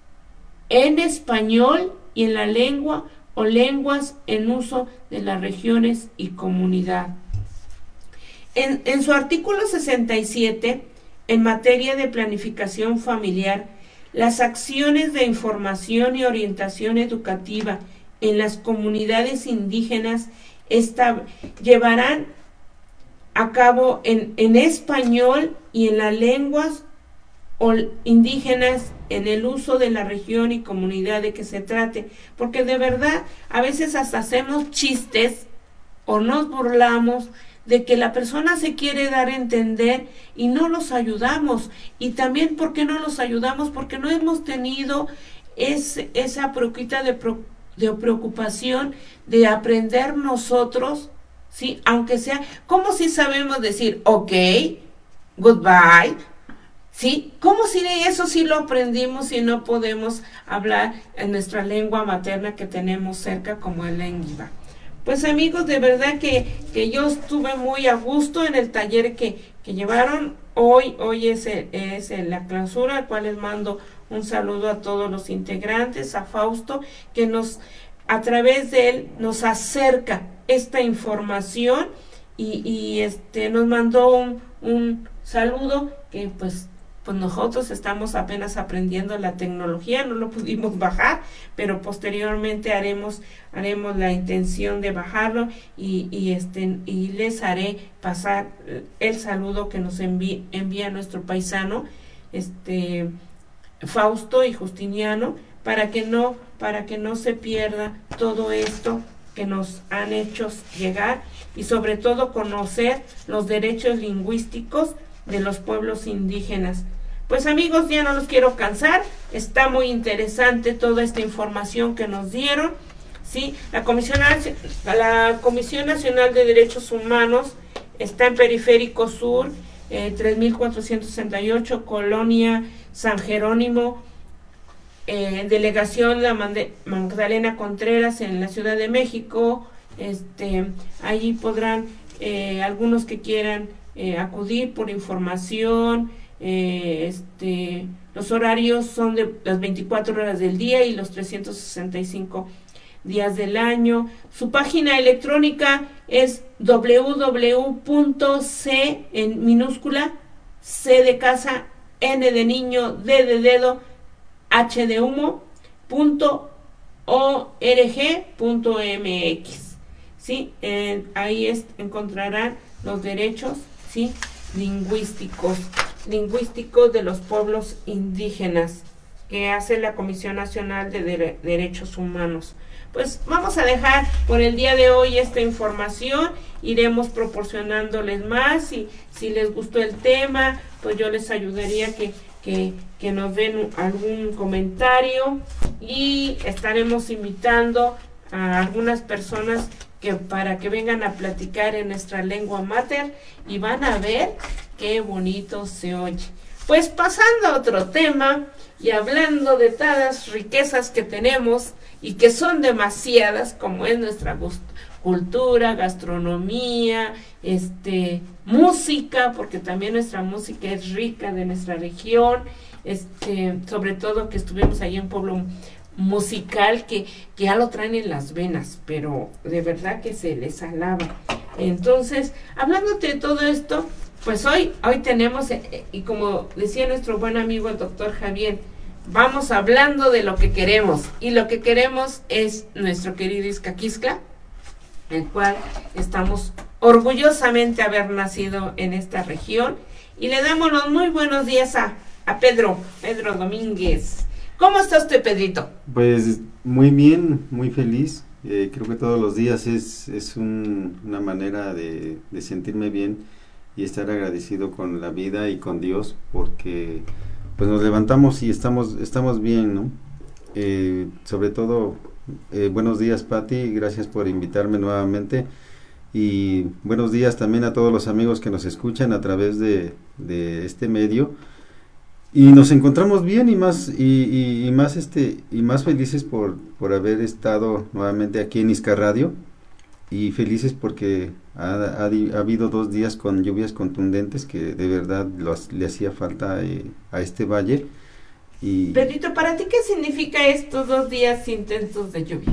en español y en la lengua o lenguas en uso de las regiones y comunidad. En, en su artículo sesenta y siete, en materia de planificación familiar, las acciones de información y orientación educativa en las comunidades indígenas esta, llevarán a cabo en, en español y en las lenguas o indígenas en el uso de la región y comunidad de que se trate, porque de verdad a veces hasta hacemos chistes o nos burlamos de que la persona se quiere dar a entender y no los ayudamos. Y también, ¿por qué no los ayudamos? Porque no hemos tenido ese, esa poquita de, de preocupación de aprender nosotros, ¿sí? Aunque sea, ¿cómo si sabemos decir ok, goodbye? ¿Sí? ¿Cómo si de eso sí lo aprendimos y no podemos hablar en nuestra lengua materna que tenemos cerca, como el lengua? Pues amigos, de verdad que, que yo estuve muy a gusto en el taller que, que llevaron. Hoy, hoy es, el, es el, la clausura, al cual les mando un saludo a todos los integrantes, a Fausto, que nos, a través de él, nos acerca esta información y, y este nos mandó un, un saludo que pues pues nosotros estamos apenas aprendiendo la tecnología, no lo pudimos bajar, pero posteriormente haremos haremos la intención de bajarlo y, y este y les haré pasar el saludo que nos envía, envía nuestro paisano este Fausto y Justiniano, para que no, para que no se pierda todo esto que nos han hecho llegar y sobre todo conocer los derechos lingüísticos de los pueblos indígenas. Pues amigos, ya no los quiero cansar, está muy interesante toda esta información que nos dieron, ¿sí? La Comisión, la Comisión Nacional de Derechos Humanos está en Periférico Sur, eh, tres mil cuatrocientos sesenta y ocho, Colonia San Jerónimo, eh, Delegación La Magdalena Contreras en la Ciudad de México. Este, allí podrán eh, algunos que quieran eh, acudir por información. Eh, este, los horarios son de las veinticuatro horas del día y los trescientos sesenta y cinco días del año. Su página electrónica es doble u doble u doble u punto c en minúscula, C de casa, N de niño, D de dedo, H de humo, punto org punto mx. ¿Sí? Eh, ahí es, encontrarán los derechos, ¿sí?, lingüísticos lingüísticos de los pueblos indígenas que hace la Comisión Nacional de Dere- Derechos Humanos. Pues vamos a dejar por el día de hoy esta información, iremos proporcionándoles más y si les gustó el tema, pues yo les ayudaría que, que, que nos den algún comentario y estaremos invitando a algunas personas que para que vengan a platicar en nuestra lengua mater y van a ver qué bonito se oye. Pues pasando a otro tema y hablando de todas las riquezas que tenemos y que son demasiadas, como es nuestra cultura, gastronomía, este, música, porque también nuestra música es rica de nuestra región, este, sobre todo que estuvimos ahí en Pueblo Musical, que, que ya lo traen en las venas, pero de verdad que se les alaba. Entonces, hablándote de todo esto, pues hoy, hoy tenemos, eh, y como decía nuestro buen amigo el doctor Javier, vamos hablando de lo que queremos, y lo que queremos es nuestro querido Izcaquixtla, el cual estamos orgullosamente haber nacido en esta región, y le damos los muy buenos días a, a Pedro, Pedro Domínguez. ¿Cómo está usted, Pedrito? Pues muy bien, muy feliz. Eh, creo que todos los días es, es un, una manera de, de sentirme bien y estar agradecido con la vida y con Dios, porque pues nos levantamos y estamos, estamos bien, ¿no? Eh, sobre todo, eh, buenos días, Pati, gracias por invitarme nuevamente. Y buenos días también a todos los amigos que nos escuchan a través de, de este medio. Y nos encontramos bien y más y, y, y más este y más felices por, por haber estado nuevamente aquí en Isca Radio, y felices porque ha, ha, ha habido dos días con lluvias contundentes que de verdad los, le hacía falta eh, a este valle. Y Pedrito, ¿para ti qué significa estos dos días intensos de lluvia?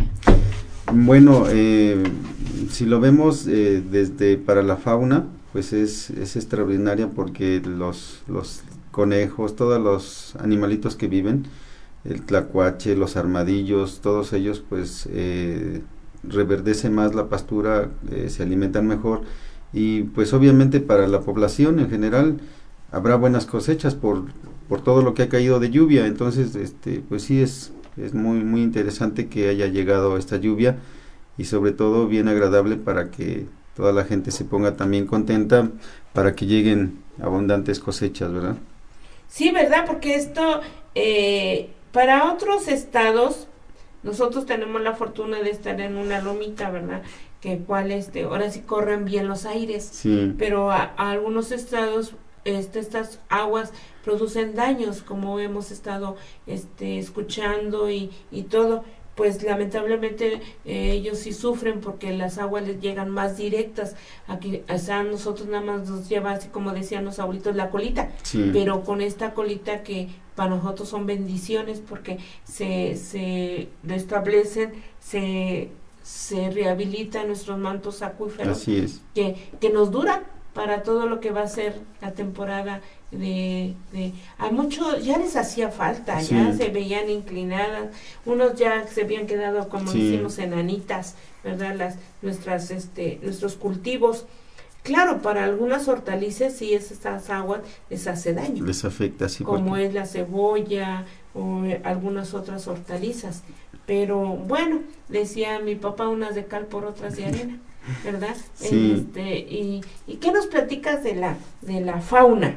Bueno, eh, si lo vemos eh, desde para la fauna, pues es, es extraordinaria porque los los conejos, todos los animalitos que viven, el tlacuache, los armadillos, todos ellos pues eh, reverdece más la pastura, eh, se alimentan mejor, y pues obviamente para la población en general habrá buenas cosechas por, por todo lo que ha caído de lluvia. Entonces este pues sí es, es muy muy interesante que haya llegado esta lluvia, y sobre todo bien agradable para que toda la gente se ponga también contenta para que lleguen abundantes cosechas, ¿verdad? Sí, ¿verdad? Porque esto, eh, para otros estados, nosotros tenemos la fortuna de estar en una lomita, ¿verdad? Que cual, este, ahora sí corren bien los aires, Sí. Pero a, a algunos estados, este, estas aguas producen daños, como hemos estado, este, escuchando y, y todo. Pues lamentablemente eh, ellos sí sufren porque las aguas les llegan más directas. Aquí, o sea, a nosotros nada más nos lleva, así como decían los abuelitos, la colita, Sí. pero con esta colita que para nosotros son bendiciones porque se, se restablecen, se, se rehabilitan nuestros mantos acuíferos. Así es. Que, que nos duran para todo lo que va a ser la temporada de, de a muchos ya les hacía falta, Sí. ya se veían inclinadas, unos ya se habían quedado, como Sí. decimos, enanitas, ¿verdad? Las nuestras este nuestros cultivos. Claro, para algunas hortalizas sí esas aguas les hace daño. Les afecta, sí. Como porque... es la cebolla o algunas otras hortalizas. Pero bueno, decía mi papá, unas de cal por otras de arena, ¿verdad? Sí. Este, y, ¿y qué nos platicas de la, de la fauna?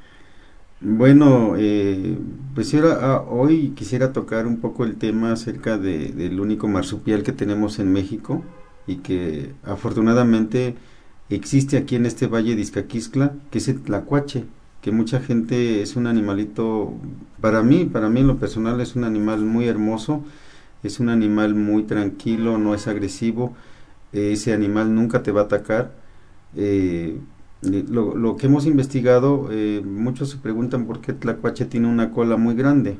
Bueno, eh, pues era, ah, hoy quisiera tocar un poco el tema acerca de, del único marsupial que tenemos en México y que afortunadamente existe aquí en este valle de Izcaquixtla, que es el tlacuache, que mucha gente es un animalito, para mí, para mí en lo personal es un animal muy hermoso, es un animal muy tranquilo, no es agresivo, eh, ese animal nunca te va a atacar. eh, Lo, lo que hemos investigado, eh, muchos se preguntan por qué el tlacuache tiene una cola muy grande.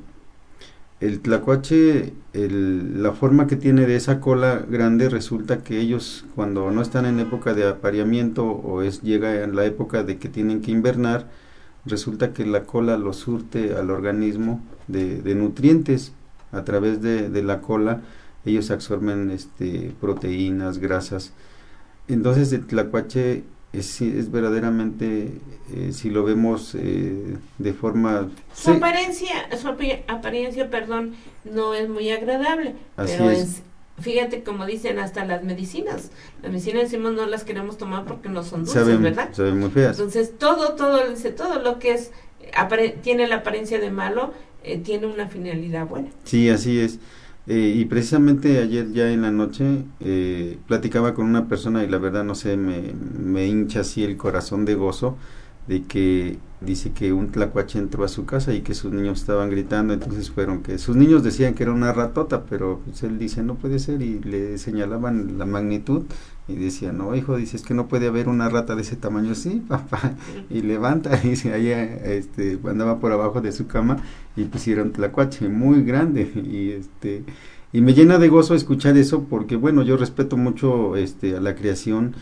El tlacuache, el, la forma que tiene de esa cola grande, resulta que ellos cuando no están en época de apareamiento o es llega en la época de que tienen que invernar, resulta que la cola lo surte al organismo de, de nutrientes. A través de, de la cola ellos absorben este, proteínas, grasas. Entonces el tlacuache es, es verdaderamente, eh, si lo vemos eh, de forma... Su sí. apariencia, su apariencia, perdón, no es muy agradable, Así pero es. es, fíjate como dicen hasta las medicinas, las medicinas decimos no las queremos tomar porque no son dulces, saben, ¿verdad? Saben muy feas. Entonces todo, todo, dice, todo lo que es, apare, tiene la apariencia de malo, eh, tiene una finalidad buena. Sí, así es. Eh, y precisamente ayer ya en la noche eh, platicaba con una persona y la verdad no sé, me, me hincha así el corazón de gozo de que dice que un tlacuache entró a su casa y que sus niños estaban gritando, entonces fueron que sus niños decían que era una ratota, pero pues él dice no puede ser y le señalaban la magnitud y decía no hijo, dice es que no puede haber una rata de ese tamaño, sí papá, y levanta y dice ahí este, andaba por abajo de su cama y pusieron tlacuache muy grande y este y me llena de gozo escuchar eso porque bueno yo respeto mucho este a la creación.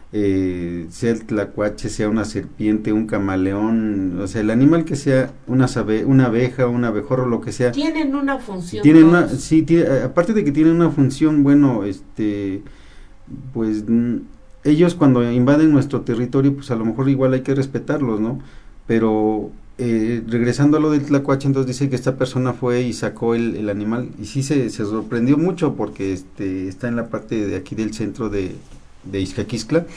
Eh, sea el tlacuache, sea una serpiente, un camaleón, o sea, el animal que sea, una sabe, una abeja, un abejorro, lo que sea. Tienen una función. Tienen una, sí, tiene, aparte de que tienen una función, bueno, este, pues mm, ellos cuando invaden nuestro territorio, pues a lo mejor igual hay que respetarlos, ¿no? Pero eh, regresando a lo del tlacuache, entonces dice que esta persona fue y sacó el, el animal y sí se, se sorprendió mucho porque este está en la parte de aquí del centro de de Izcaquixtla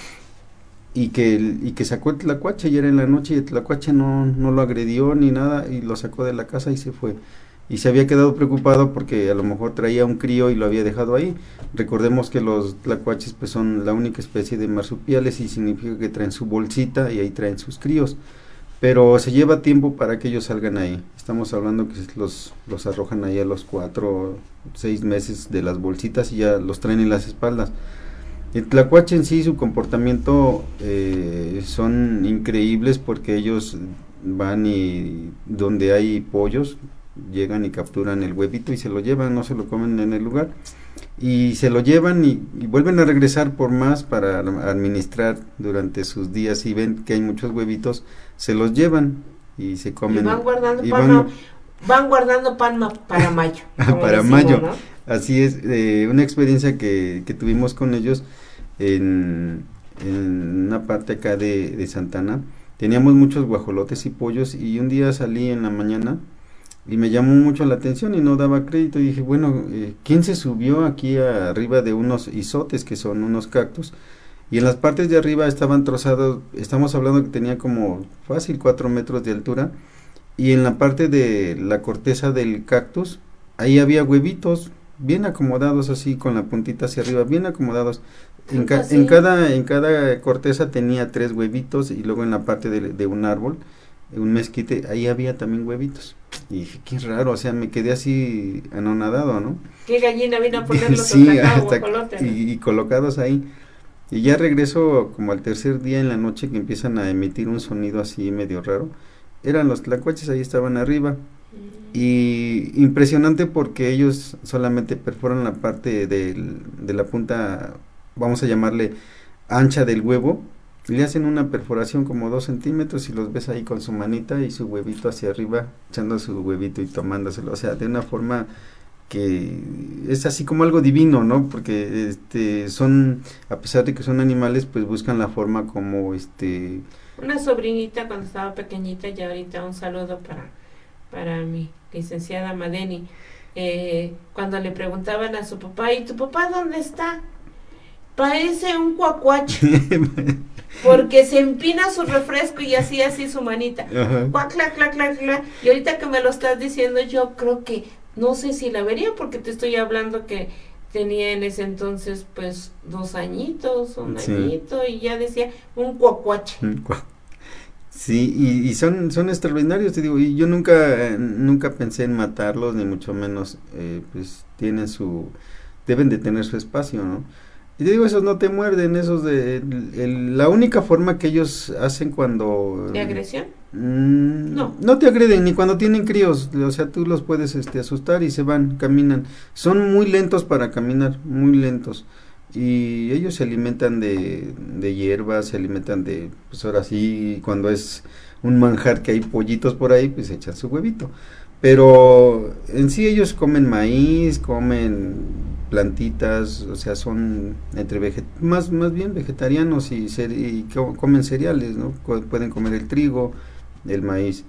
y que el, y que sacó el tlacuache y era en la noche y el tlacuache no, no lo agredió ni nada y lo sacó de la casa y se fue y se había quedado preocupado porque a lo mejor traía un crío y lo había dejado ahí. Recordemos que los tlacuaches pues son la única especie de marsupiales y significa que traen su bolsita y ahí traen sus críos, pero se lleva tiempo para que ellos salgan ahí. Estamos hablando que los, los arrojan ahí a los cuatro, seis meses de las bolsitas y ya los traen en las espaldas. El tlacuache en sí, su comportamiento eh, son increíbles porque ellos van y donde hay pollos, llegan y capturan el huevito y se lo llevan, no se lo comen en el lugar, y se lo llevan y, y vuelven a regresar por más para administrar durante sus días y ven que hay muchos huevitos, se los llevan y se comen. Y van guardando y pan, van, van guardando pan ma, para mayo. para decimos, mayo, ¿no? Así es, eh, una experiencia que, que tuvimos con ellos en, en una parte acá de, de Santana. Teníamos muchos guajolotes y pollos y un día salí en la mañana y me llamó mucho la atención y no daba crédito y dije, bueno, eh, ¿quién se subió aquí arriba de unos izotes que son unos cactus? Y en las partes de arriba estaban trozados, estamos hablando que tenía como fácil cuatro metros de altura y en la parte de la corteza del cactus, ahí había huevitos bien acomodados así con la puntita hacia arriba, bien acomodados. En, ca en cada en cada corteza tenía tres huevitos y luego en la parte de, de un árbol, un mezquite, ahí había también huevitos. Y dije, qué raro, o sea, me quedé así anonadado, ¿no? ¿Qué gallina vino a ponerlos sí, hasta hasta guajolote, ¿no? y, y colocados ahí. Y ya regreso como al tercer día en la noche que empiezan a emitir un sonido así medio raro. Eran los tlacuaches, ahí estaban arriba. Y impresionante porque ellos solamente perforan la parte del, de la punta, vamos a llamarle ancha del huevo, y le hacen una perforación como dos centímetros y los ves ahí con su manita y su huevito hacia arriba, echando su huevito y tomándoselo, o sea, de una forma que es así como algo divino, ¿no? Porque este son, a pesar de que son animales, pues buscan la forma como este... Una sobrinita cuando estaba pequeñita, y ahorita un saludo para, para mi licenciada Madeni, eh, cuando le preguntaban a su papá, ¿y tu papá dónde está? Parece un cuacuache, porque se empina su refresco y así, así su manita, cuac, clac, clac, clac, clac, y ahorita que me lo estás diciendo, yo creo que no sé si la vería, porque te estoy hablando que tenía en ese entonces pues dos añitos, un sí. añito, y ya decía un cuacuache. Sí, y, y son son extraordinarios, te digo, y yo nunca nunca pensé en matarlos, ni mucho menos, eh, pues tienen su, deben de tener su espacio, ¿no? Y te digo, esos no te muerden, esos de, el, el, la única forma que ellos hacen cuando... ¿De agresión? Mmm, no. No te agreden, ni cuando tienen críos, o sea, tú los puedes este, asustar y se van, caminan. Son muy lentos para caminar, muy lentos. Y ellos se alimentan de, de hierbas, se alimentan de, pues ahora sí, cuando es un manjar que hay pollitos por ahí, pues echan su huevito. Pero en sí ellos comen maíz, comen plantitas, o sea, son entre veget más más bien vegetarianos y, y comen cereales, ¿no? Pueden comer el trigo, el maíz.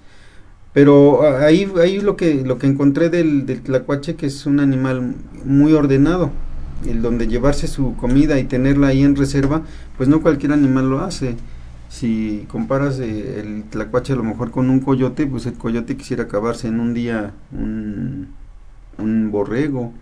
Pero ahí ahí lo que lo que encontré del, del tlacuache, que es un animal muy ordenado, el donde llevarse su comida y tenerla ahí en reserva, pues no cualquier animal lo hace. Si comparas eh, el tlacuache a lo mejor con un coyote, pues el coyote quisiera acabarse en un día un, un borrego.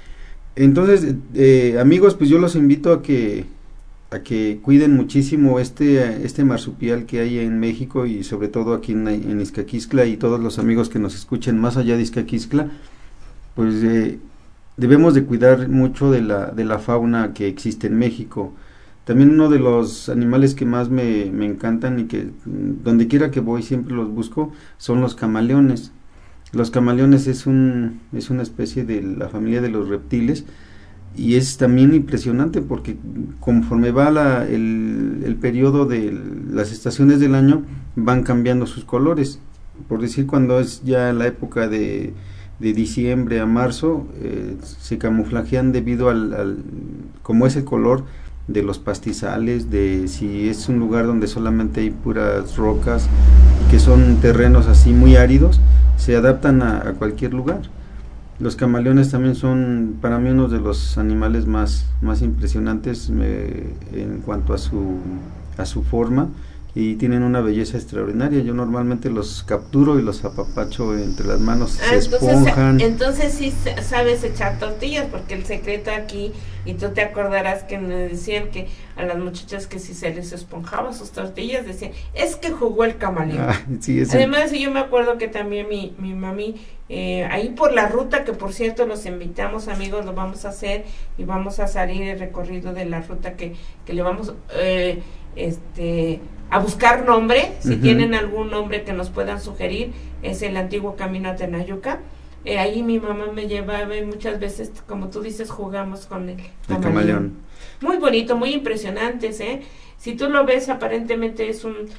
Entonces, eh, amigos, pues yo los invito a que a que cuiden muchísimo este este marsupial que hay en México, y sobre todo aquí en, en Izcaquixtla, y todos los amigos que nos escuchen más allá de Izcaquixtla, pues eh, debemos de cuidar mucho de la de la fauna que existe en México. También uno de los animales que más me, me encantan y que donde quiera que voy siempre los busco son los camaleones. Los camaleones es un es una especie de la familia de los reptiles, y es también impresionante porque conforme va la, el, el periodo de las estaciones del año, van cambiando sus colores. Por decir, cuando es ya la época de, de diciembre a marzo, eh, se camuflajean debido al, al como es el color de los pastizales, de si es un lugar donde solamente hay puras rocas y que son terrenos así muy áridos, se adaptan a, a cualquier lugar. Los camaleones también son para mí uno de los animales más, más impresionantes me, en cuanto a su, a su forma, y tienen una belleza extraordinaria. Yo normalmente los capturo y los apapacho entre las manos, ah, se esponjan. Entonces, entonces sí sabes echar tortillas, porque el secreto aquí, y tú te acordarás que me decían que a las muchachas que si se les esponjaba sus tortillas, decían, es que jugó el camaleón. Ah, sí, además, yo me acuerdo que también mi, mi mami, eh, ahí por la ruta, que por cierto los invitamos, amigos, lo vamos a hacer, y vamos a salir el recorrido de la ruta que, que le vamos eh, este a buscar nombre, si uh-huh. tienen algún nombre que nos puedan sugerir, es el antiguo camino a Tenayuca. Eh, ahí mi mamá me llevaba, y muchas veces, como tú dices, jugamos con el camaleón. El camaleón. Muy bonito, muy impresionantes, ¿eh? Si tú lo ves, aparentemente es un